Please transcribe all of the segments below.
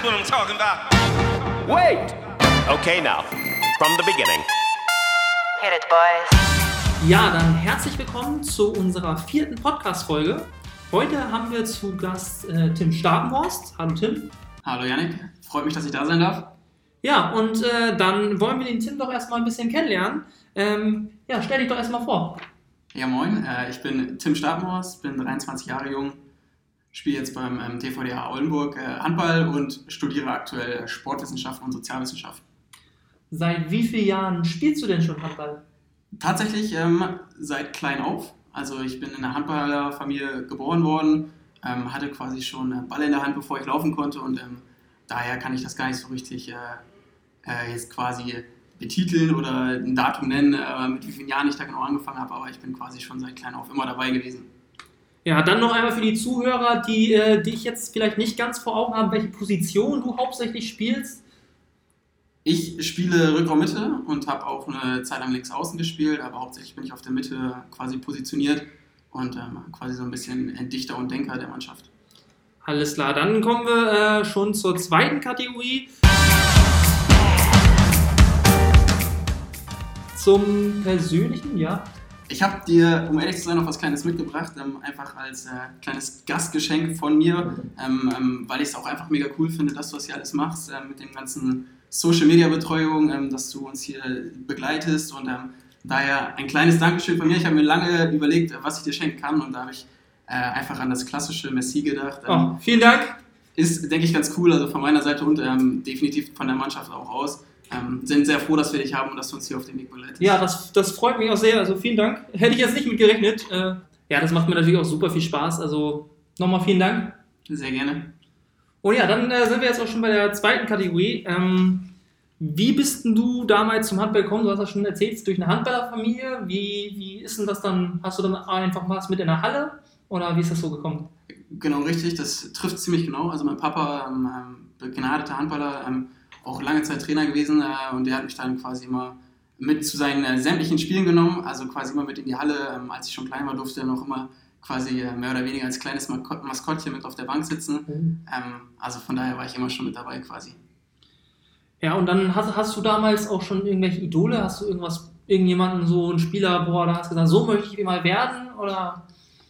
what I'm talking about. Wait! Okay, now, from the beginning. Hit it, boys. Ja, dann herzlich willkommen zu unserer 4. Podcast-Folge. Heute haben wir zu Gast Tim Stapenhorst. Hallo Tim. Hallo Yannick, freut mich, dass ich da sein darf. Ja, und dann wollen wir den Tim doch erstmal ein bisschen kennenlernen. Stell dich doch erstmal vor. Ja, moin, ich bin Tim Stapenhorst, bin 23 Jahre jung, spiele jetzt beim TVDH Oldenburg Handball und studiere aktuell Sportwissenschaften und Sozialwissenschaften. Seit wie vielen Jahren spielst du denn schon Handball? Tatsächlich seit klein auf. Also ich bin in einer Handballerfamilie geboren worden, hatte quasi schon Ball in der Hand, bevor ich laufen konnte und daher kann ich das gar nicht so richtig jetzt quasi betiteln oder ein Datum nennen, mit wie vielen Jahren ich da genau angefangen habe, aber ich bin quasi schon seit klein auf immer dabei gewesen. Ja, dann noch einmal für die Zuhörer, die ich jetzt vielleicht nicht ganz vor Augen haben, welche Position du hauptsächlich spielst. Ich spiele Rückraummitte und habe auch eine Zeit lang links außen gespielt, aber hauptsächlich bin ich auf der Mitte quasi positioniert und quasi so ein bisschen Dichter und Denker der Mannschaft. Alles klar, dann kommen wir schon zur zweiten Kategorie. Zum Persönlichen, ja. Ich habe dir, um ehrlich zu sein, noch was Kleines mitgebracht, einfach als kleines Gastgeschenk von mir, weil ich es auch einfach mega cool finde, dass du das hier alles machst, mit dem ganzen Social-Media-Betreuung, dass du uns hier begleitest und daher ein kleines Dankeschön von mir. Ich habe mir lange überlegt, was ich dir schenken kann und da habe ich einfach an das klassische Messi gedacht. Vielen Dank. Ist, denke ich, ganz cool, also von meiner Seite und definitiv von der Mannschaft auch aus. Sind sehr froh, dass wir dich haben und dass du uns hier auf den Weg begleitest. Ja, das freut mich auch sehr, also vielen Dank. Hätte ich jetzt nicht mit gerechnet. Ja, das macht mir natürlich auch super viel Spaß, also nochmal vielen Dank. Sehr gerne. Und ja, dann sind wir jetzt auch schon bei der zweiten Kategorie. Wie bist denn du damals zum Handball gekommen? Du hast ja schon erzählt, durch eine Handballerfamilie. Wie ist denn das dann? Hast du dann einfach was mit in der Halle oder wie ist das so gekommen? Genau, richtig, das trifft ziemlich genau. Also mein Papa, begnadeter Handballer, auch lange Zeit Trainer gewesen und der hat mich dann quasi immer mit zu seinen sämtlichen Spielen genommen, also quasi immer mit in die Halle. Als ich schon klein war, durfte er noch immer quasi mehr oder weniger als kleines Maskottchen mit auf der Bank sitzen. Also von daher war ich immer schon mit dabei quasi. Ja, und dann hast du damals auch schon irgendwelche Idole? Hast du irgendjemanden, so einen Spieler, da hast du gesagt, so möchte ich mal werden? Oder?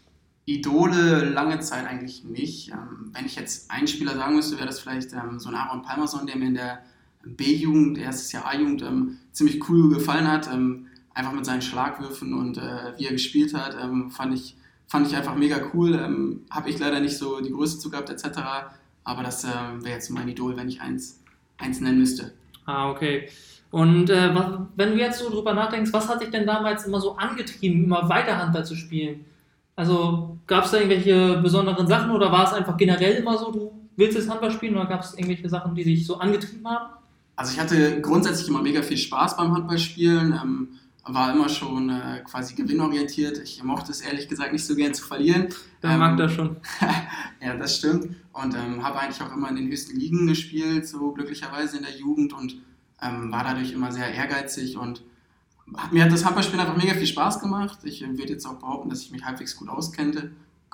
Idole lange Zeit eigentlich nicht. Wenn ich jetzt einen Spieler sagen müsste, wäre das vielleicht so ein Aaron Palmerson, der mir in der B-Jugend, erstes Jahr A-Jugend, ziemlich cool gefallen hat. Einfach mit seinen Schlagwürfen und wie er gespielt hat, fand ich einfach mega cool. Habe ich leider nicht so die Größe zu gehabt etc. Aber das wäre jetzt mein Idol, wenn ich eins nennen müsste. Ah, okay. Und wenn du jetzt so drüber nachdenkst, was hat dich denn damals immer so angetrieben, immer weiter Handball zu spielen? Also gab es da irgendwelche besonderen Sachen oder war es einfach generell immer so, du willst jetzt Handball spielen oder gab es irgendwelche Sachen, die dich so angetrieben haben? Also ich hatte grundsätzlich immer mega viel Spaß beim Handballspielen, war immer schon quasi gewinnorientiert. Ich mochte es ehrlich gesagt nicht so gern zu verlieren. Wer mag das schon? Ja, das stimmt. Und habe eigentlich auch immer in den höchsten Ligen gespielt, so glücklicherweise in der Jugend und war dadurch immer sehr ehrgeizig und mir hat das Handballspielen einfach mega viel Spaß gemacht. Ich würde jetzt auch behaupten, dass ich mich halbwegs gut kannte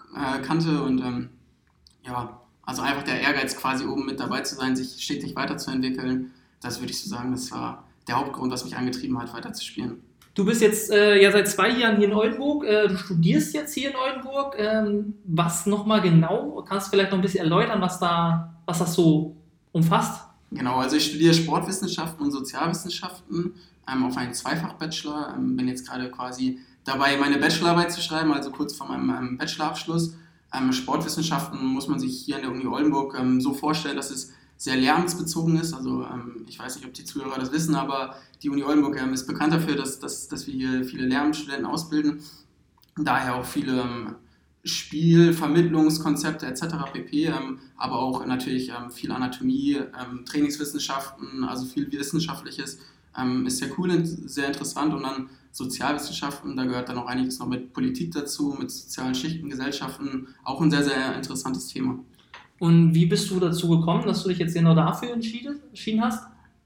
und also einfach der Ehrgeiz quasi oben mit dabei zu sein, sich stetig weiterzuentwickeln, das würde ich so sagen, das war der Hauptgrund, was mich angetrieben hat, weiterzuspielen. Du bist jetzt seit 2 Jahren hier in Oldenburg, du studierst jetzt hier in Oldenburg. Was nochmal genau? Kannst du vielleicht noch ein bisschen erläutern, was das so umfasst? Genau, also ich studiere Sportwissenschaften und Sozialwissenschaften auf einen Zweifach-Bachelor, bin jetzt gerade quasi dabei, meine Bachelorarbeit zu schreiben, also kurz vor meinem Bachelorabschluss. Sportwissenschaften muss man sich hier an der Uni Oldenburg so vorstellen, dass es sehr lernbezogen ist. Also ich weiß nicht, ob die Zuhörer das wissen, aber die Uni Oldenburg ist bekannt dafür, dass wir hier viele Lehramtsstudenten ausbilden. Daher auch viele Spielvermittlungskonzepte etc. pp. Aber auch natürlich viel Anatomie, Trainingswissenschaften, also viel Wissenschaftliches. Ist sehr cool und sehr interessant und dann Sozialwissenschaften, da gehört dann auch einiges noch mit Politik dazu, mit sozialen Schichten, Gesellschaften, auch ein sehr, sehr interessantes Thema. Und wie bist du dazu gekommen, dass du dich jetzt genau dafür entschieden hast?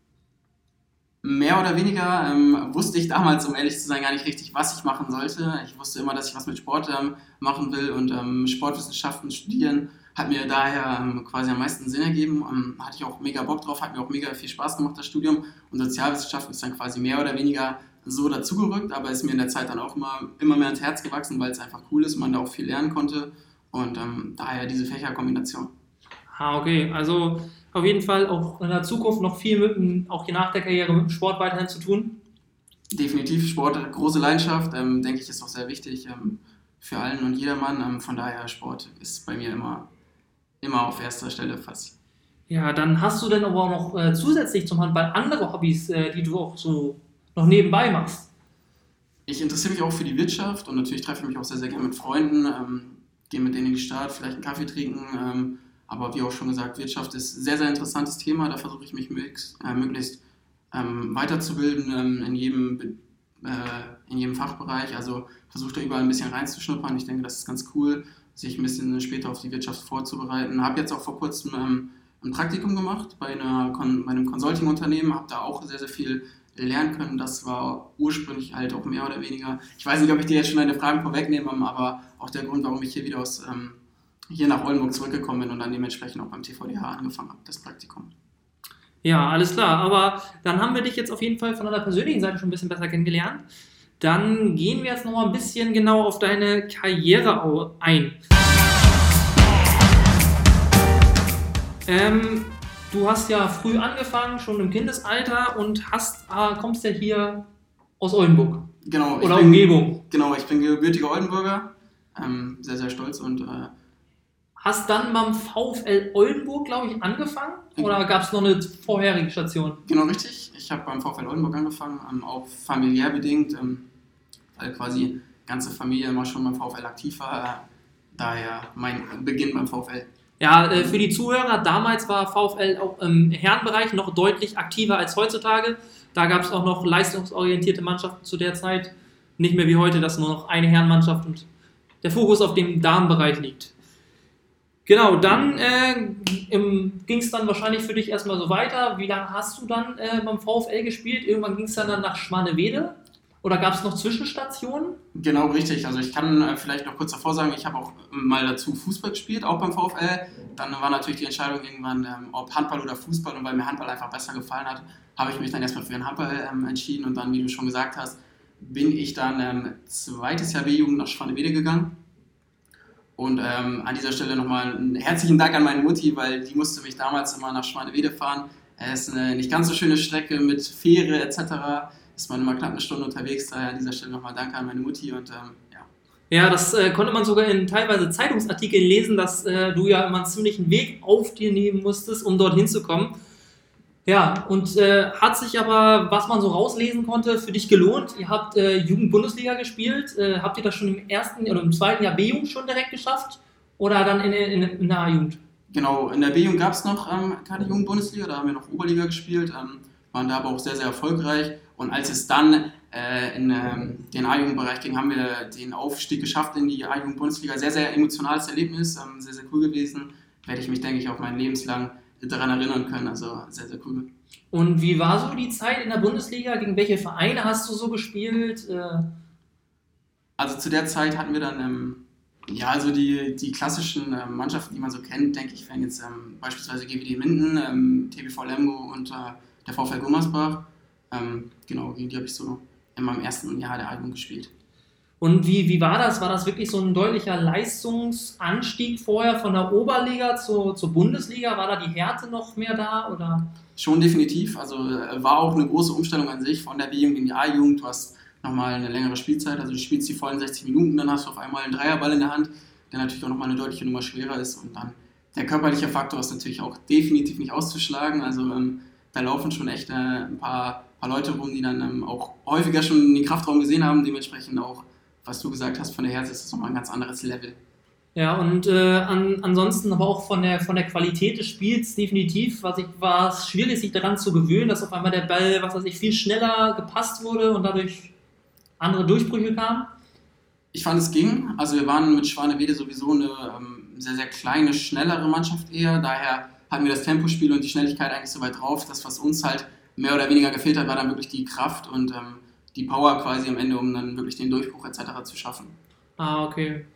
Mehr oder weniger wusste ich damals, um ehrlich zu sein, gar nicht richtig, was ich machen sollte. Ich wusste immer, dass ich was mit Sport machen will und Sportwissenschaften studieren hat mir daher quasi am meisten Sinn ergeben. Hatte ich auch mega Bock drauf, hat mir auch mega viel Spaß gemacht, das Studium. Und Sozialwissenschaften ist dann quasi mehr oder weniger so dazugerückt, aber ist mir in der Zeit dann auch immer mehr ans Herz gewachsen, weil es einfach cool ist und man da auch viel lernen konnte. Und daher diese Fächerkombination. Okay, also auf jeden Fall auch in der Zukunft noch viel auch je nach der Karriere mit dem Sport weiterhin zu tun. Definitiv Sport, große Leidenschaft, denke ich, ist auch sehr wichtig für allen und jedermann. Von daher Sport ist bei mir immer auf erster Stelle fast. Ja, dann hast du denn aber auch noch zusätzlich zum Handball andere Hobbys, die du auch so noch nebenbei machst? Ich interessiere mich auch für die Wirtschaft und natürlich treffe ich mich auch sehr, sehr gerne mit Freunden, gehe mit denen in die Stadt, vielleicht einen Kaffee trinken. Aber wie auch schon gesagt, Wirtschaft ist ein sehr, sehr interessantes Thema. Da versuche ich mich möglichst weiterzubilden in jedem Fachbereich. Also versuche da überall ein bisschen reinzuschnuppern. Ich denke, das ist ganz cool, sich ein bisschen später auf die Wirtschaft vorzubereiten. Habe jetzt auch vor kurzem ein Praktikum gemacht bei einem Consulting-Unternehmen, habe da auch sehr, sehr viel lernen können. Das war ursprünglich halt auch mehr oder weniger, ich weiß nicht, ob ich dir jetzt schon deine Fragen vorwegnehme, aber auch der Grund, warum ich hier wieder hier nach Oldenburg zurückgekommen bin und dann dementsprechend auch beim TVDH angefangen habe, das Praktikum. Ja, alles klar. Aber dann haben wir dich jetzt auf jeden Fall von deiner persönlichen Seite schon ein bisschen besser kennengelernt. Dann gehen wir jetzt nochmal ein bisschen genau auf deine Karriere ein. Du hast ja früh angefangen, schon im Kindesalter und kommst ja hier aus Oldenburg. Genau. Oder Umgebung. Genau, ich bin gebürtiger Oldenburger, sehr, sehr stolz und hast dann beim VfL Oldenburg, glaube ich, angefangen? Oder gab es noch eine vorherige Station? Genau, richtig. Ich habe beim VfL Oldenburg angefangen, auch familiär bedingt, weil quasi die ganze Familie immer schon beim VfL aktiv war. Daher mein Beginn beim VfL. Ja, für die Zuhörer, damals war VfL auch im Herrenbereich noch deutlich aktiver als heutzutage. Da gab es auch noch leistungsorientierte Mannschaften zu der Zeit. Nicht mehr wie heute, dass nur noch eine Herrenmannschaft und der Fokus auf dem Damenbereich liegt. Genau, dann ging es dann wahrscheinlich für dich erstmal so weiter. Wie lange hast du dann beim VfL gespielt? Irgendwann ging es dann nach Schmarnewede? Oder gab es noch Zwischenstationen? Genau, richtig. Also ich kann vielleicht noch kurz davor sagen, ich habe auch mal dazu Fußball gespielt, auch beim VfL. Dann war natürlich die Entscheidung irgendwann, ob Handball oder Fußball. Und weil mir Handball einfach besser gefallen hat, habe ich mich dann erstmal für den Handball entschieden. Und dann, wie du schon gesagt hast, bin ich dann zweites Jahr B-Jugend nach Schmarnewede gegangen. Und an dieser Stelle nochmal einen herzlichen Dank an meine Mutti, weil die musste mich damals immer nach Schmarnewede fahren. Es ist eine nicht ganz so schöne Strecke mit Fähre etc. Ist man immer knapp eine Stunde unterwegs. Daher an dieser Stelle nochmal Danke an meine Mutti und ja. Ja, das konnte man sogar in teilweise Zeitungsartikeln lesen, dass du ja immer einen ziemlichen Weg auf dir nehmen musstest, um dorthin zu kommen. Ja, und hat sich aber, was man so rauslesen konnte, für dich gelohnt. Ihr habt Jugend-Bundesliga gespielt. Habt ihr das schon im ersten oder im zweiten Jahr B-Jugend schon direkt geschafft? Oder dann in der A-Jugend? Genau, in der B-Jugend gab es noch keine Jugend-Bundesliga, da haben wir noch Oberliga gespielt, waren da aber auch sehr, sehr erfolgreich. Und als es dann in den A-Jugendbereich ging, haben wir den Aufstieg geschafft in die A-Jugend-Bundesliga. Sehr, sehr emotionales Erlebnis, sehr, sehr cool gewesen. Werde ich mich, denke ich, auch mein Lebenslang daran erinnern können, also sehr, sehr cool. Und wie war so die Zeit in der Bundesliga? Gegen welche Vereine hast du so gespielt? Also zu der Zeit hatten wir dann, also die klassischen Mannschaften, die man so kennt, denke ich, wären jetzt beispielsweise GWD Minden, TBV Lemgo und der VfL Gummersbach. Genau, gegen die habe ich so in meinem ersten Jahr der A-Jugend gespielt. Und wie war das? War das wirklich so ein deutlicher Leistungsanstieg vorher von der Oberliga zur Bundesliga? War da die Härte noch mehr da? Oder? Schon definitiv. Also war auch eine große Umstellung an sich von der B-Jugend in die A-Jugend. Du hast nochmal eine längere Spielzeit. Also du spielst die vollen 60 Minuten, dann hast du auf einmal einen Dreierball in der Hand, der natürlich auch nochmal eine deutliche Nummer schwerer ist. Und dann der körperliche Faktor ist natürlich auch definitiv nicht auszuschlagen. Also da laufen schon echt ein paar Leute rum, die dann auch häufiger schon den Kraftraum gesehen haben. Dementsprechend auch, was du gesagt hast, von der Härte ist das nochmal ein ganz anderes Level. Ja, und ansonsten aber auch von der Qualität des Spiels definitiv, war es schwierig, sich daran zu gewöhnen, dass auf einmal der Ball, viel schneller gepasst wurde und dadurch andere Durchbrüche kamen. Ich fand, es ging. Also wir waren mit Schmarnewede sowieso eine sehr, sehr kleine, schnellere Mannschaft eher. Daher hatten wir das Tempospiel und die Schnelligkeit eigentlich so weit drauf. Das, was uns halt mehr oder weniger gefehlt hat, war dann wirklich die Kraft und die Power quasi am Ende, um dann wirklich den Durchbruch etc. zu schaffen. Ah, okay.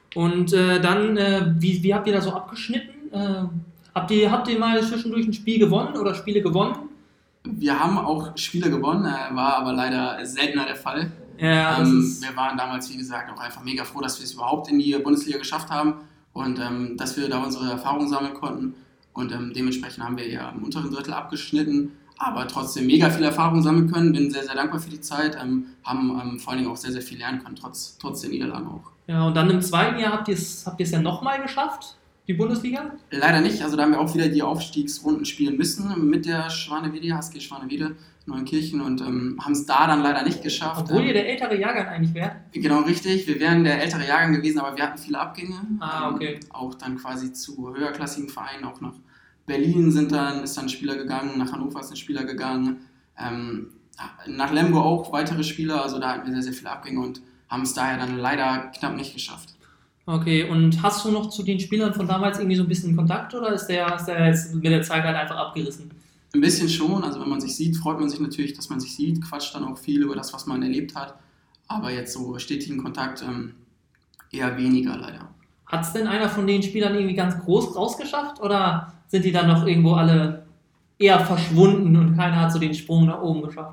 Und dann, wie habt ihr da so abgeschnitten? Habt ihr mal zwischendurch ein Spiel gewonnen oder Spiele gewonnen? Wir haben auch Spiele gewonnen, war aber leider seltener der Fall. Ja, Wir waren damals, wie gesagt, auch einfach mega froh, dass wir es überhaupt in die Bundesliga geschafft haben und dass wir da unsere Erfahrungen sammeln konnten. Und dementsprechend haben wir ja im unteren Drittel abgeschnitten, aber trotzdem mega viel Erfahrung sammeln können. Bin sehr, sehr dankbar für die Zeit, haben vor allen Dingen auch sehr, sehr viel lernen können, trotz der Niederlagen auch. Ja, und dann im zweiten Jahr habt ihr es ja nochmal geschafft, die Bundesliga? Leider nicht, also da haben wir auch wieder die Aufstiegsrunden spielen müssen mit der Schwanewede, HSG Schwanewede, Neunkirchen und haben es da dann leider nicht geschafft. Obwohl ihr der ältere Jahrgang eigentlich wärt? Genau, richtig. Wir wären der ältere Jahrgang gewesen, aber wir hatten viele Abgänge. Okay. Auch dann quasi zu höherklassigen Vereinen, auch nach Berlin ist dann ein Spieler gegangen, nach Hannover ist ein Spieler gegangen, nach Lemgo auch weitere Spieler, also da hatten wir sehr, sehr viele Abgänge und haben es daher dann leider knapp nicht geschafft. Okay, und hast du noch zu den Spielern von damals irgendwie so ein bisschen Kontakt oder ist der jetzt mit der Zeit halt einfach abgerissen? Ein bisschen schon, also wenn man sich sieht, freut man sich natürlich, dass man sich sieht, quatscht dann auch viel über das, was man erlebt hat, aber jetzt so stetigen Kontakt eher weniger leider. Hat es denn einer von den Spielern irgendwie ganz groß rausgeschafft oder sind die dann noch irgendwo alle eher verschwunden und keiner hat so den Sprung nach oben geschafft?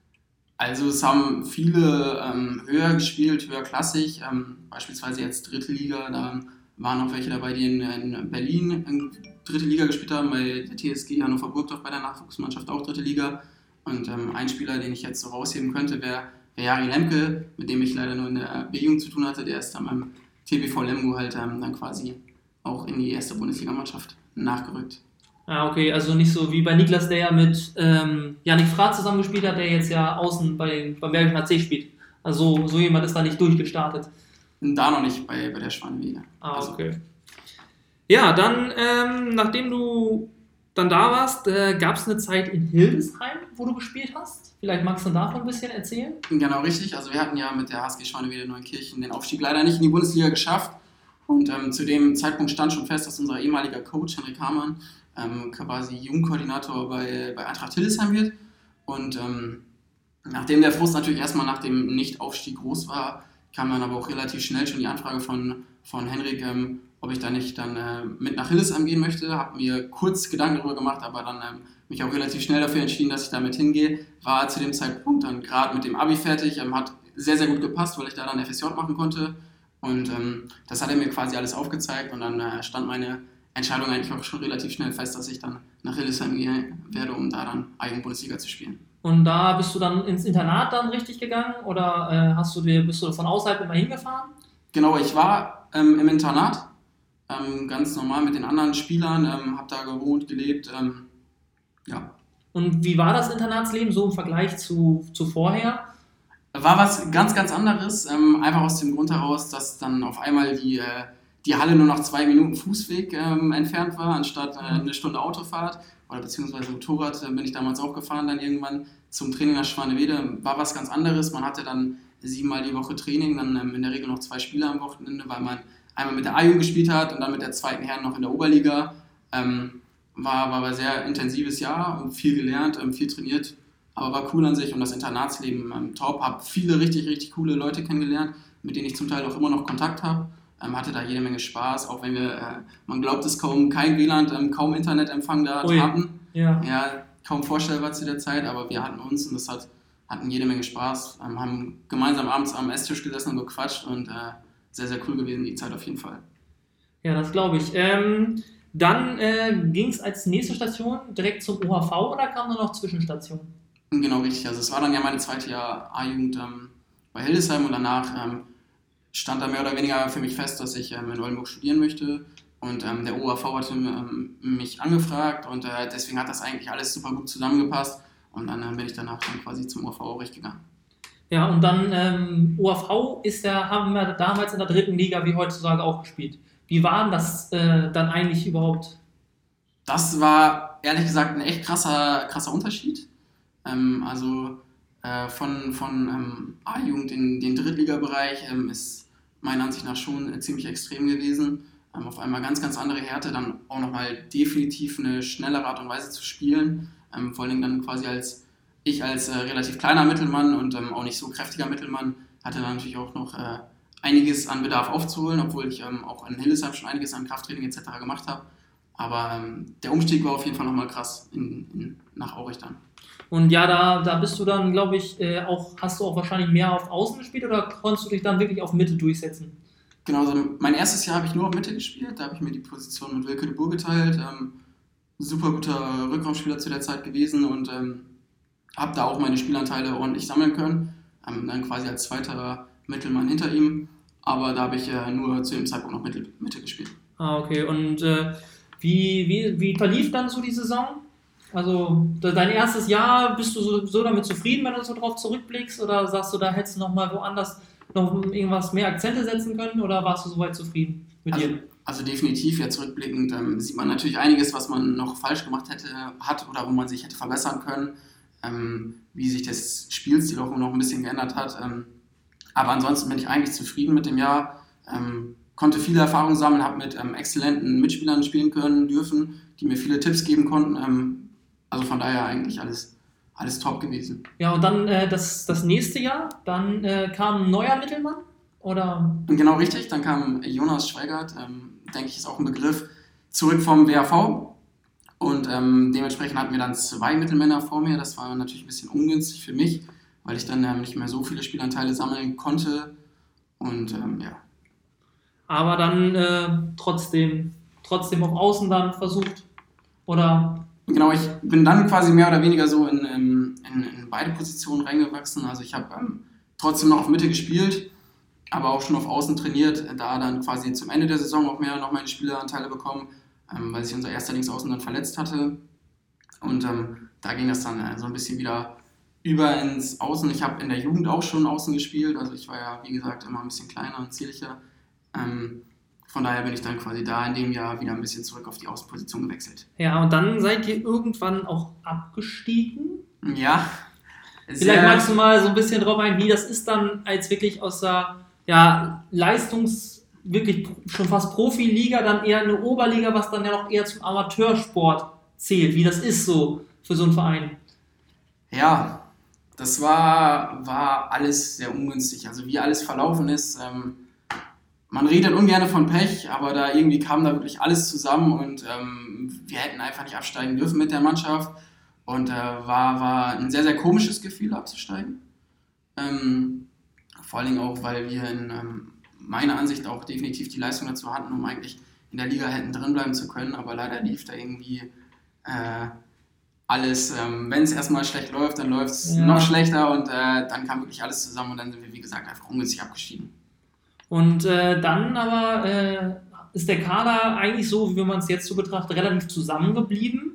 Also es haben viele höher gespielt, höherklassig, beispielsweise jetzt dritte Liga, da waren auch welche dabei, die in Berlin in dritte Liga gespielt haben, bei der TSG Hannover Burgdorf bei der Nachwuchsmannschaft auch dritte Liga. Und ein Spieler, den ich jetzt so rausheben könnte, wäre Jari Lemke, mit dem ich leider nur in der B-Jugend zu tun hatte, der ist dann beim TBV Lemgo halt dann quasi auch in die erste Bundesligamannschaft nachgerückt. Ah, okay, also nicht so wie bei Niklas, der ja mit Yannick Frath zusammengespielt hat, der jetzt ja außen beim Bergischen HC spielt. Also so jemand ist da nicht durchgestartet. Da noch nicht bei der Schwanewege. Ah, okay. Ja, dann, nachdem du dann da warst, gab es eine Zeit in Hildesheim, wo du gespielt hast. Vielleicht magst du davon ein bisschen erzählen? Genau, richtig. Also wir hatten ja mit der HSG Schwanewede Neunkirchen den Aufstieg leider nicht in die Bundesliga geschafft. Und zu dem Zeitpunkt stand schon fest, dass unser ehemaliger Coach Henrik Hamann quasi Jugendkoordinator bei Eintracht Hildesheim wird. Und nachdem der Frust natürlich erstmal nach dem Nicht-Aufstieg groß war, kam dann aber auch relativ schnell schon die Anfrage von Henrik, ob ich da nicht dann mit nach Hildesheim gehen möchte. Habe mir kurz Gedanken darüber gemacht, aber dann mich auch relativ schnell dafür entschieden, dass ich da mit hingehe. War zu dem Zeitpunkt dann gerade mit dem Abi fertig, hat sehr, sehr gut gepasst, weil ich da dann FSJ machen konnte. Und das hat er mir quasi alles aufgezeigt und dann stand meine Entscheidung eigentlich auch schon relativ schnell fest, dass ich dann nach Hildesheim gehen werde, um da dann Eigenbundesliga zu spielen. Und da bist du dann ins Internat dann richtig gegangen oder bist du von außerhalb immer hingefahren? Genau, ich war im Internat, ganz normal mit den anderen Spielern, habe da gewohnt, gelebt, ja. Und wie war das Internatsleben so im Vergleich zu vorher? War was ganz, ganz anderes, einfach aus dem Grund heraus, dass dann auf einmal die Halle nur noch 2 Minuten Fußweg entfernt war, anstatt eine Stunde Autofahrt oder beziehungsweise Motorrad bin ich damals auch gefahren, dann irgendwann zum Training nach Schwanewede. War was ganz anderes, man hatte dann 7-mal die Woche Training, dann in der Regel noch 2 Spiele am Wochenende, weil man einmal mit der A-Jugend gespielt hat und dann mit der zweiten Herren noch in der Oberliga. War ein sehr intensives Jahr und viel gelernt, viel trainiert, aber war cool an sich und das Internatsleben top. Habe viele richtig, richtig coole Leute kennengelernt, mit denen ich zum Teil auch immer noch Kontakt habe. Hatte da jede Menge Spaß, auch wenn wir, man glaubt es kaum, kein WLAN, kaum Internetempfang da hatten. Ja, kaum vorstellbar zu der Zeit, aber wir hatten uns und das hatten jede Menge Spaß. Haben gemeinsam abends am Esstisch gesessen und gequatscht und sehr, sehr cool gewesen, die Zeit auf jeden Fall. Ja, das glaube ich. Dann ging es als nächste Station direkt zum OHV oder kam da noch Zwischenstation? Genau, richtig. Also es war dann ja meine zweite Jahr A-Jugend bei Hildesheim und danach stand da mehr oder weniger für mich fest, dass ich in Oldenburg studieren möchte und der OHV hatte mich angefragt und deswegen hat das eigentlich alles super gut zusammengepasst und dann bin ich danach dann quasi zum OHV Aurich gegangen. Ja, und dann OHV haben wir damals in der dritten Liga wie heutzutage auch gespielt. Wie war denn das dann eigentlich überhaupt? Das war ehrlich gesagt ein echt krasser Unterschied. Von A-Jugend in den Drittligabereich ist meiner Ansicht nach schon ziemlich extrem gewesen. Auf einmal ganz, ganz andere Härte, dann auch nochmal definitiv eine schnellere Art und Weise zu spielen. Vor allen Dingen dann quasi als relativ kleiner Mittelmann und auch nicht so kräftiger Mittelmann hatte dann natürlich auch noch einiges an Bedarf aufzuholen, obwohl ich auch in Hildesheim schon einiges an Krafttraining etc. gemacht habe. Aber der Umstieg war auf jeden Fall nochmal krass nach Aurich dann. Und ja, da bist du dann, glaube ich, hast du auch wahrscheinlich mehr auf Außen gespielt oder konntest du dich dann wirklich auf Mitte durchsetzen? Genau, also mein erstes Jahr habe ich nur auf Mitte gespielt, da habe ich mir die Position mit Wilke de Boer geteilt. Super guter Rückraumspieler zu der Zeit gewesen und habe da auch meine Spielanteile ordentlich sammeln können. Dann quasi als zweiter Mittelmann hinter ihm, aber da habe ich nur zu dem Zeitpunkt noch Mitte gespielt. Ah, okay. Und wie verlief dann so die Saison? Also dein erstes Jahr, bist du so damit zufrieden, wenn du so drauf zurückblickst? Oder sagst du, da hättest du noch mal woanders noch irgendwas mehr Akzente setzen können? Oder warst du soweit zufrieden mit dir? Also definitiv, ja zurückblickend sieht man natürlich einiges, was man noch falsch gemacht hat oder wo man sich hätte verbessern können, wie sich das Spielstil auch noch ein bisschen geändert hat. Aber ansonsten bin ich eigentlich zufrieden mit dem Jahr, konnte viele Erfahrungen sammeln, habe mit exzellenten Mitspielern spielen können dürfen, die mir viele Tipps geben konnten. Also von daher eigentlich alles top gewesen. Ja, und dann das nächste Jahr, dann kam ein neuer Mittelmann, oder? Genau richtig, dann kam Jonas Schweigert, denke ich, ist auch ein Begriff, zurück vom WHV. Und dementsprechend hatten wir dann 2 Mittelmänner vor mir. Das war natürlich ein bisschen ungünstig für mich, weil ich dann nicht mehr so viele Spielanteile sammeln konnte. Und ja. Aber dann trotzdem auf Außen dann versucht, oder? Genau, ich bin dann quasi mehr oder weniger so in beide Positionen reingewachsen. Also ich habe trotzdem noch auf Mitte gespielt, aber auch schon auf Außen trainiert, da dann quasi zum Ende der Saison auch mehr noch meine Spieleranteile bekommen, weil sich unser erster Linksaußen dann verletzt hatte. Und da ging das dann so ein bisschen wieder über ins Außen. Ich habe in der Jugend auch schon Außen gespielt, also ich war ja, wie gesagt, immer ein bisschen kleiner und zierlicher. Von daher bin ich dann quasi da in dem Jahr wieder ein bisschen zurück auf die Außenposition gewechselt. Ja, und dann seid ihr irgendwann auch abgestiegen? Ja. Vielleicht magst du mal so ein bisschen drauf ein, wie das ist dann als wirklich aus der wirklich schon fast Profiliga, dann eher eine Oberliga, was dann ja noch eher zum Amateursport zählt. Wie das ist so für so einen Verein. Ja, das war alles sehr ungünstig. Also wie alles verlaufen ist, man redet ungern von Pech, aber da irgendwie kam da wirklich alles zusammen und wir hätten einfach nicht absteigen dürfen mit der Mannschaft und war ein sehr, sehr komisches Gefühl abzusteigen. Vor allen Dingen auch, weil wir in meiner Ansicht auch definitiv die Leistung dazu hatten, um eigentlich in der Liga hätten drin bleiben zu können, aber leider lief da irgendwie alles, wenn es erstmal schlecht läuft, dann läuft es noch schlechter und dann kam wirklich alles zusammen und dann sind wir, wie gesagt, einfach ungünstig abgestiegen. Und dann aber ist der Kader eigentlich so, wie man es jetzt so betrachtet, relativ zusammengeblieben.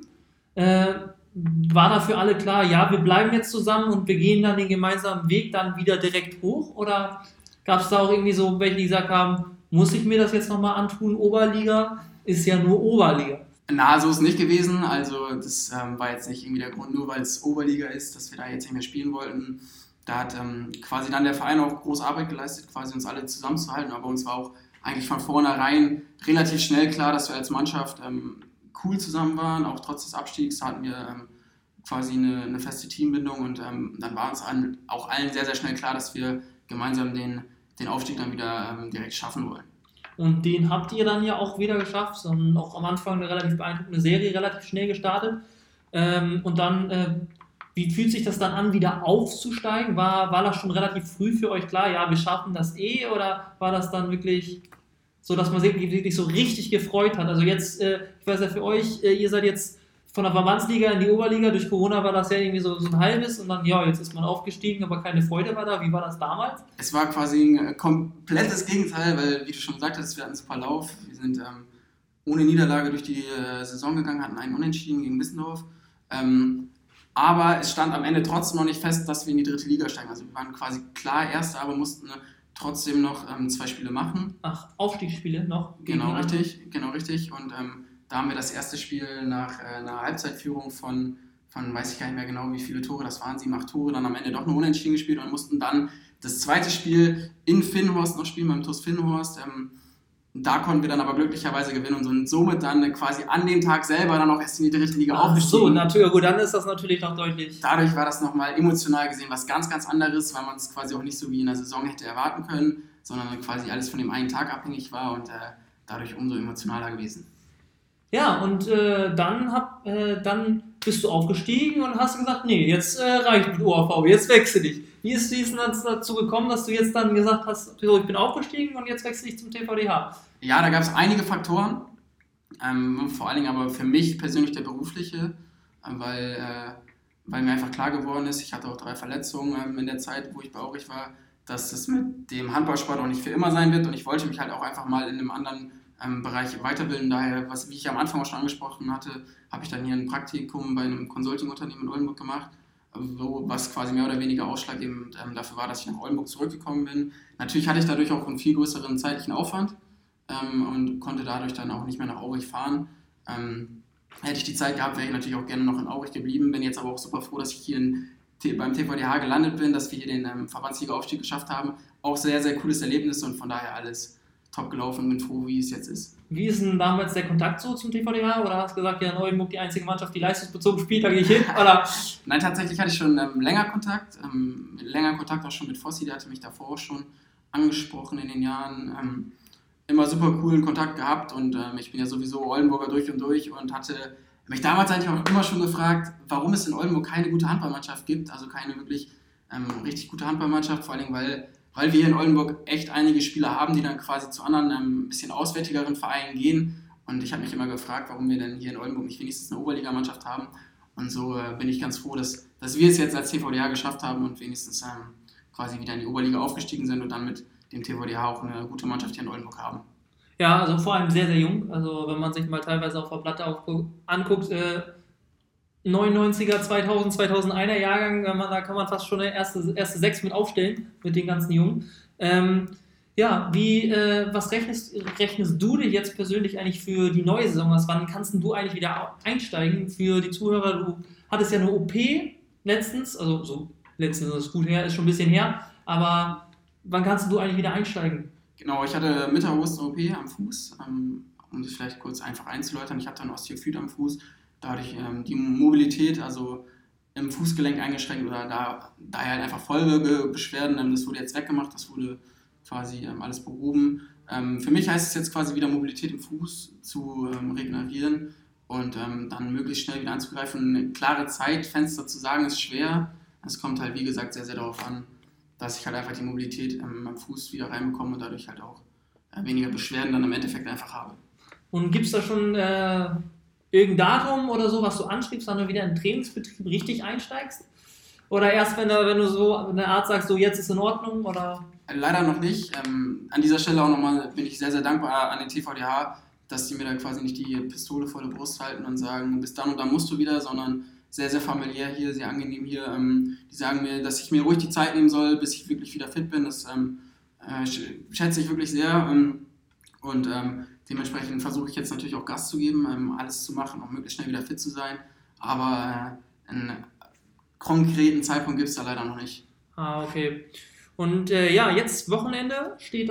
War da für alle klar, ja, wir bleiben jetzt zusammen und wir gehen dann den gemeinsamen Weg dann wieder direkt hoch? Oder gab es da auch irgendwie so welche, die gesagt haben, muss ich mir das jetzt nochmal antun? Oberliga ist ja nur Oberliga. Na, so ist es nicht gewesen. Also das war jetzt nicht irgendwie der Grund, nur weil es Oberliga ist, dass wir da jetzt nicht mehr spielen wollten. Da hat quasi dann der Verein auch große Arbeit geleistet, quasi uns alle zusammenzuhalten. Aber uns war auch eigentlich von vornherein relativ schnell klar, dass wir als Mannschaft cool zusammen waren. Auch trotz des Abstiegs hatten wir quasi eine feste Teambindung. Und dann war uns auch allen sehr, sehr schnell klar, dass wir gemeinsam den Aufstieg dann wieder direkt schaffen wollen. Und den habt ihr dann ja auch wieder geschafft, sondern auch am Anfang eine relativ beeindruckende Serie, relativ schnell gestartet. Und dann... Wie fühlt sich das dann an, wieder aufzusteigen? War das schon relativ früh für euch klar, ja, wir schaffen das oder war das dann wirklich so, dass man sich wirklich so richtig gefreut hat? Also jetzt, ich weiß ja für euch, ihr seid jetzt von der Verbandsliga in die Oberliga, durch Corona war das ja irgendwie so ein halbes und dann, ja, jetzt ist man aufgestiegen, aber keine Freude war da. Wie war das damals? Es war quasi ein komplettes Gegenteil, weil, wie du schon gesagt hast, wir hatten einen super Lauf. Wir sind ohne Niederlage durch die Saison gegangen, hatten einen Unentschieden gegen Wissendorf. Aber es stand am Ende trotzdem noch nicht fest, dass wir in die 3. Liga steigen. Also wir waren quasi klar Erster, aber mussten trotzdem noch 2 Spiele machen. Ach, Aufstiegsspiele noch? Genau, richtig. Und da haben wir das erste Spiel nach einer Halbzeitführung von weiß ich gar nicht mehr genau, wie viele Tore das waren, 7, 8 Tore, dann am Ende doch nur unentschieden gespielt und mussten dann das zweite Spiel in Finnhorst noch spielen, beim TuS Finnhorst. Da konnten wir dann aber glücklicherweise gewinnen und sind somit dann quasi an dem Tag selber dann auch erst in die 3. Liga aufgestiegen. So, natürlich, gut, dann ist das natürlich noch deutlich. Dadurch war das nochmal emotional gesehen was ganz, ganz anderes, weil man es quasi auch nicht so wie in der Saison hätte erwarten können. sondern quasi alles von dem einen Tag abhängig war und dadurch umso emotionaler gewesen. Ja, und dann bist du aufgestiegen und hast gesagt, nee, jetzt reicht mit OHV, jetzt wechsle ich. Wie ist es dazu gekommen, dass du jetzt dann gesagt hast, so, ich bin aufgestiegen und jetzt wechsle ich zum TVDH? Ja, da gab es einige Faktoren, vor allen Dingen aber für mich persönlich der berufliche, weil mir einfach klar geworden ist, ich hatte auch 3 Verletzungen in der Zeit, wo ich bei Aurich war, dass es mit dem Handballsport auch nicht für immer sein wird und ich wollte mich halt auch einfach mal in einem anderen Bereich weiterbilden. Daher, wie ich am Anfang auch schon angesprochen hatte, habe ich dann hier ein Praktikum bei einem Consulting-Unternehmen in Oldenburg gemacht, was quasi mehr oder weniger ausschlaggebend dafür war, dass ich nach Oldenburg zurückgekommen bin. Natürlich hatte ich dadurch auch einen viel größeren zeitlichen Aufwand und konnte dadurch dann auch nicht mehr nach Aurich fahren. Hätte ich die Zeit gehabt, wäre ich natürlich auch gerne noch in Aurich geblieben. Bin jetzt aber auch super froh, dass ich hier beim TVDH gelandet bin, dass wir hier den Verbandsliga-Aufstieg geschafft haben. Auch sehr, sehr cooles Erlebnis und von daher alles top gelaufen und bin froh, wie es jetzt ist. Wie ist denn damals der Kontakt so zum TVDH? Oder hast du gesagt, ja, in Oldenburg die einzige Mannschaft, die leistungsbezogen spielt, da gehe ich hin? Oder? Nein, tatsächlich hatte ich schon länger Kontakt auch schon mit Fossi, der hatte mich davor auch schon angesprochen in den Jahren. Immer super coolen Kontakt gehabt und ich bin ja sowieso Oldenburger durch und durch und hatte mich damals eigentlich auch immer schon gefragt, warum es in Oldenburg keine gute Handballmannschaft gibt, also keine wirklich richtig gute Handballmannschaft, vor allem weil wir hier in Oldenburg echt einige Spieler haben, die dann quasi zu anderen ein bisschen auswärtigeren Vereinen gehen und ich habe mich immer gefragt, warum wir denn hier in Oldenburg nicht wenigstens eine Oberligamannschaft haben und so bin ich ganz froh, dass wir es jetzt als TVDH geschafft haben und wenigstens quasi wieder in die Oberliga aufgestiegen sind und dann mit dem TVDH auch eine gute Mannschaft hier in Oldenburg haben. Ja, also vor allem sehr, sehr jung. Also wenn man sich mal teilweise auf der Platte anguckt, 99er, 2000, 2001er Jahrgang, da kann man fast schon eine erste 6 mit aufstellen, mit den ganzen Jungen. Was rechnest du dir jetzt persönlich eigentlich für die neue Saison? Wann kannst du eigentlich wieder einsteigen? Für die Zuhörer, du hattest ja eine OP letztens, also so letztens ist gut her, ist schon ein bisschen her, aber wann kannst du eigentlich wieder einsteigen? Genau, ich hatte Mitte August eine OP am Fuß, um das vielleicht kurz einfach einzuläutern. Ich hatte ein Osteophyt am Fuß, dadurch die Mobilität, also im Fußgelenk eingeschränkt oder daher halt einfach Folgebeschwerden. Das wurde jetzt weggemacht, das wurde quasi alles behoben. Für mich heißt es jetzt quasi wieder Mobilität im Fuß zu regenerieren und dann möglichst schnell wieder anzugreifen. Eine klare Zeitfenster zu sagen ist schwer. Es kommt halt wie gesagt sehr, sehr darauf an, dass ich halt einfach die Mobilität am Fuß wieder reinbekomme und dadurch halt auch weniger Beschwerden dann im Endeffekt einfach habe. Und gibt es da schon irgendein Datum oder so, was du anstrebst, wann du wieder in den Trainingsbetrieb richtig einsteigst? Oder erst, wenn du so eine Art sagst, so jetzt ist in Ordnung? Oder? Leider noch nicht. An dieser Stelle auch nochmal bin ich sehr, sehr dankbar an den TVDH, dass die mir da quasi nicht die Pistole vor der Brust halten und sagen, bis dann und dann musst du wieder, sondern sehr, sehr familiär hier, sehr angenehm hier. Die sagen mir, dass ich mir ruhig die Zeit nehmen soll, bis ich wirklich wieder fit bin. Das schätze ich wirklich sehr. Und dementsprechend versuche ich jetzt natürlich auch Gas zu geben, alles zu machen, um möglichst schnell wieder fit zu sein. Aber einen konkreten Zeitpunkt gibt es da leider noch nicht. Ah, okay. Und jetzt Wochenende steht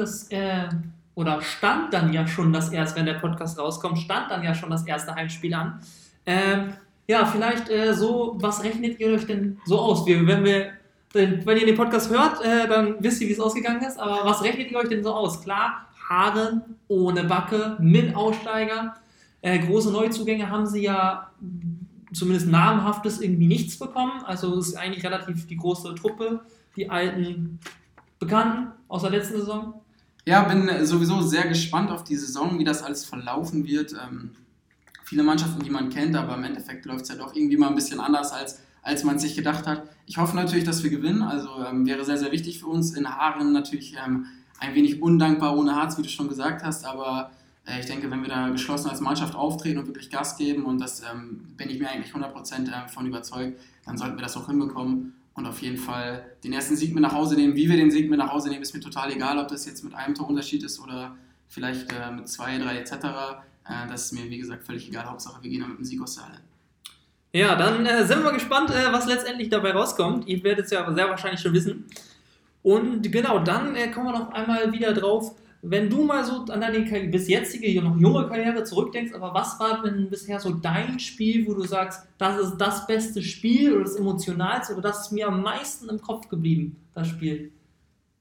stand dann ja schon das erste, wenn der Podcast rauskommt, stand dann ja schon das erste Heimspiel an. Vielleicht was rechnet ihr euch denn so aus? Wenn ihr den Podcast hört, dann wisst ihr, wie es ausgegangen ist, aber was rechnet ihr euch denn so aus? Klar, Haaren, ohne Backe, mit Aussteiger. Große Neuzugänge haben sie ja zumindest namhaftes irgendwie nichts bekommen. Also es ist eigentlich relativ die große Truppe, die alten Bekannten aus der letzten Saison. Ja, bin sowieso sehr gespannt auf die Saison, wie das alles verlaufen wird. Viele Mannschaften, die man kennt, aber im Endeffekt läuft es ja doch irgendwie mal ein bisschen anders, als man sich gedacht hat. Ich hoffe natürlich, dass wir gewinnen, also wäre sehr, sehr wichtig für uns. In Haaren natürlich ein wenig undankbar ohne Harz, wie du schon gesagt hast, aber ich denke, wenn wir da geschlossen als Mannschaft auftreten und wirklich Gas geben, und das bin ich mir eigentlich 100% von überzeugt, dann sollten wir das auch hinbekommen und auf jeden Fall den ersten Sieg mit nach Hause nehmen. Wie wir den Sieg mit nach Hause nehmen, ist mir total egal, ob das jetzt mit einem Torunterschied ist oder vielleicht mit 2, 3 etc. Das ist mir, wie gesagt, völlig egal. Hauptsache, wir gehen mit dem Sieg aus der Halle. Ja, dann sind wir gespannt, was letztendlich dabei rauskommt. Ihr werdet es ja sehr wahrscheinlich schon wissen. Und genau, dann kommen wir noch einmal wieder drauf, wenn du mal so an deine bis jetzige, noch junge Karriere zurückdenkst, aber was war denn bisher so dein Spiel, wo du sagst, das ist das beste Spiel oder das emotionalste oder das ist mir am meisten im Kopf geblieben, das Spiel?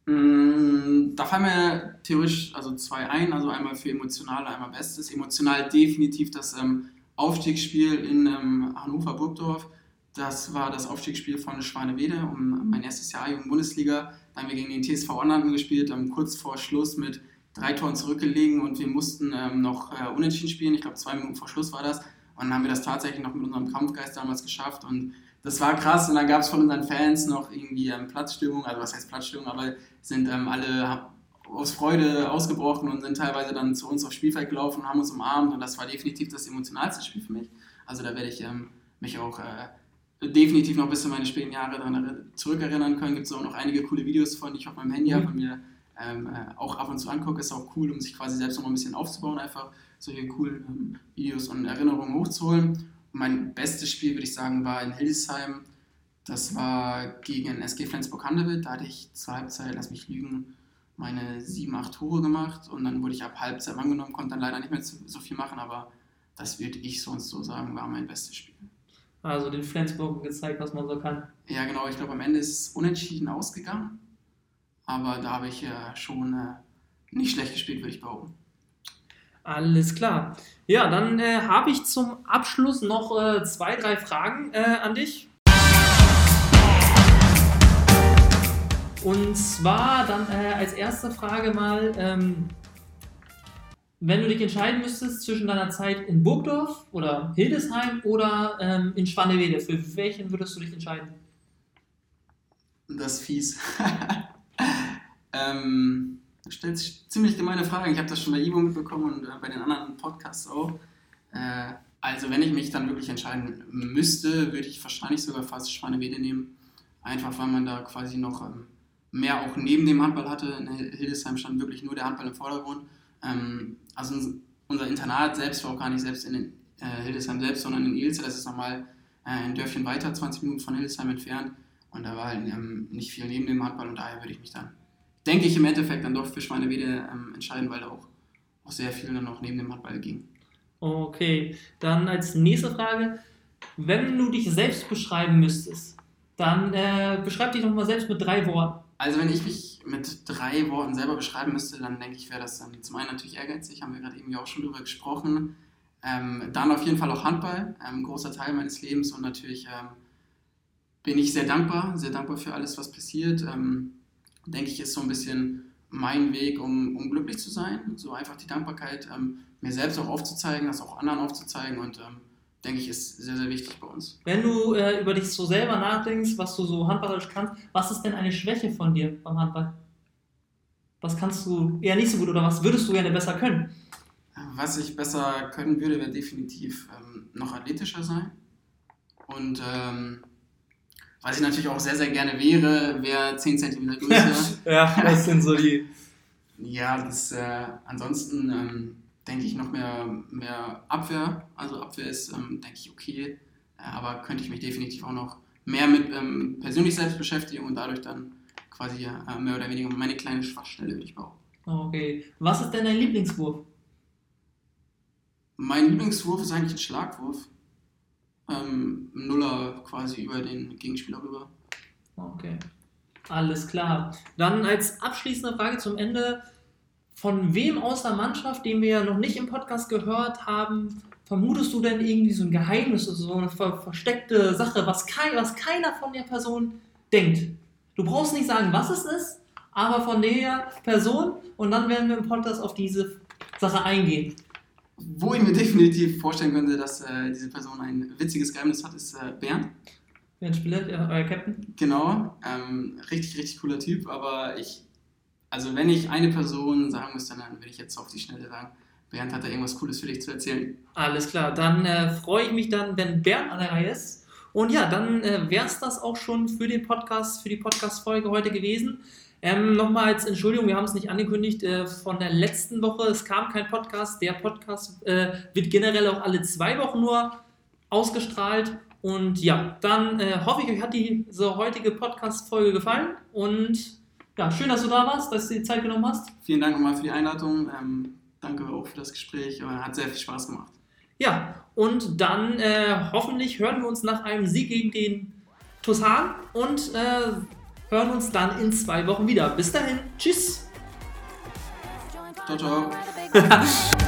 Da fallen mir theoretisch also 2 ein, also einmal für emotional, einmal Bestes. Emotional definitiv das Aufstiegsspiel in Hannover-Burgdorf. Das war das Aufstiegsspiel von Schwanewede um mein erstes Jahr Jugend-Bundesliga. Da haben wir gegen den TSV Onlanden gespielt, kurz vor Schluss mit 3 Toren zurückgelegen und wir mussten noch unentschieden spielen. Ich glaube 2 Minuten vor Schluss war das. Und dann haben wir das tatsächlich noch mit unserem Kampfgeist damals geschafft und das war krass. Und dann gab es von unseren Fans noch irgendwie Platzstimmung, also was heißt Platzstimmung, aber sind alle aus Freude ausgebrochen und sind teilweise dann zu uns aufs Spielfeld gelaufen und haben uns umarmt und das war definitiv das emotionalste Spiel für mich. Also da werde ich mich auch definitiv noch bis zu meine späten Jahre daran zurückerinnern können. Gibt es auch noch einige coole Videos von, die ich auf meinem Handy habe und mir auch ab und zu angucke. Ist auch cool, um sich quasi selbst noch mal ein bisschen aufzubauen, einfach solche coolen Videos und Erinnerungen hochzuholen. Und mein bestes Spiel, würde ich sagen, war in Hildesheim. Das war gegen SG Flensburg-Handewitt. Da hatte ich zur Halbzeit, lass mich lügen, meine 7, 8 Tore gemacht und dann wurde ich ab Halbzeit angenommen, konnte dann leider nicht mehr so viel machen, aber das würde ich sonst so sagen, war mein bestes Spiel. Also den Flensburg gezeigt, was man so kann. Ja genau, ich glaube am Ende ist es unentschieden ausgegangen, aber da habe ich schon nicht schlecht gespielt, würde ich behaupten. Alles klar. Ja, dann habe ich zum Abschluss noch 2, 3 Fragen an dich. Und zwar dann als erste Frage mal, wenn du dich entscheiden müsstest zwischen deiner Zeit in Burgdorf oder Hildesheim oder in Schwanewede, für welchen würdest du dich entscheiden? Das ist fies. Du stellst ziemlich gemeine Fragen. Ich habe das schon bei Ivo mitbekommen und bei den anderen Podcasts auch. Also wenn ich mich dann wirklich entscheiden müsste, würde ich wahrscheinlich sogar fast Schwanewede nehmen. Einfach weil man da quasi noch mehr auch neben dem Handball hatte. In Hildesheim stand wirklich nur der Handball im Vordergrund. Also unser Internat selbst war auch gar nicht selbst in Hildesheim selbst, sondern in Ilse. Das ist nochmal ein Dörfchen weiter, 20 Minuten von Hildesheim entfernt. Und da war halt nicht viel neben dem Handball und daher würde ich mich dann, denke ich, im Endeffekt dann doch für Schwanewede entscheiden, weil da auch sehr viel dann noch neben dem Handball ging. Okay, dann als nächste Frage, wenn du dich selbst beschreiben müsstest, dann beschreib dich doch mal selbst mit 3 Worten. Also wenn ich mich mit 3 Worten selber beschreiben müsste, dann denke ich, wäre das dann zum einen natürlich ehrgeizig, haben wir gerade eben ja auch schon drüber gesprochen. Dann auf jeden Fall auch Handball, ein großer Teil meines Lebens und natürlich bin ich sehr dankbar für alles, was passiert. Denke ich, ist so ein bisschen mein Weg, um glücklich zu sein. So einfach die Dankbarkeit, mir selbst auch aufzuzeigen, das auch anderen aufzuzeigen und denke ich, ist sehr, sehr wichtig bei uns. Wenn du über dich so selber nachdenkst, was du so handballerisch kannst, was ist denn eine Schwäche von dir beim Handball? Was kannst du eher nicht so gut oder was würdest du gerne besser können? Was ich besser können würde, wäre definitiv noch athletischer sein. Und was ich natürlich auch sehr, sehr gerne wäre 10 cm größer. Ja, das sind so die... Ja, das ansonsten denke ich noch mehr Abwehr. Also Abwehr ist, denke ich, okay. Aber könnte ich mich definitiv auch noch mehr mit persönlich selbst beschäftigen und dadurch dann quasi mehr oder weniger meine kleine Schwachstelle, würde ich behaupten. Okay. Was ist denn dein Lieblingswurf? Mein Lieblingswurf ist eigentlich ein Schlagwurf. Nuller quasi über den Gegenspieler rüber. Okay. Alles klar. Dann als abschließende Frage zum Ende. Von wem aus der Mannschaft, den wir ja noch nicht im Podcast gehört haben, vermutest du denn irgendwie so ein Geheimnis oder so eine versteckte Sache, was keiner von der Person denkt? Du brauchst nicht sagen, was es ist, aber von der Person und dann werden wir im Podcast auf diese Sache eingehen. Wo ich mir definitiv vorstellen könnte, dass diese Person ein witziges Geheimnis hat, ist Bernd. Bernd Spillett, euer Captain. Genau, richtig, richtig cooler Typ, aber also wenn ich eine Person sagen müsste, dann würde ich jetzt auf die Schnelle sagen, Bernd hat da irgendwas Cooles für dich zu erzählen. Alles klar, dann freue ich mich dann, wenn Bernd an der Reihe ist. Und ja, dann wäre es das auch schon für den Podcast, für die Podcast-Folge heute gewesen. Nochmal als Entschuldigung, wir haben es nicht angekündigt von der letzten Woche, es kam kein Podcast. Der Podcast wird generell auch alle 2 Wochen nur ausgestrahlt. Und ja, dann hoffe ich, euch hat diese heutige Podcast-Folge gefallen. Und ja, schön, dass du da warst, dass du dir die Zeit genommen hast. Vielen Dank nochmal für die Einladung. Danke auch für das Gespräch. Hat sehr viel Spaß gemacht. Ja, und dann hoffentlich hören wir uns nach einem Sieg gegen den TuS Hahn und hören uns dann in 2 Wochen wieder. Bis dahin, tschüss. Ciao, ciao.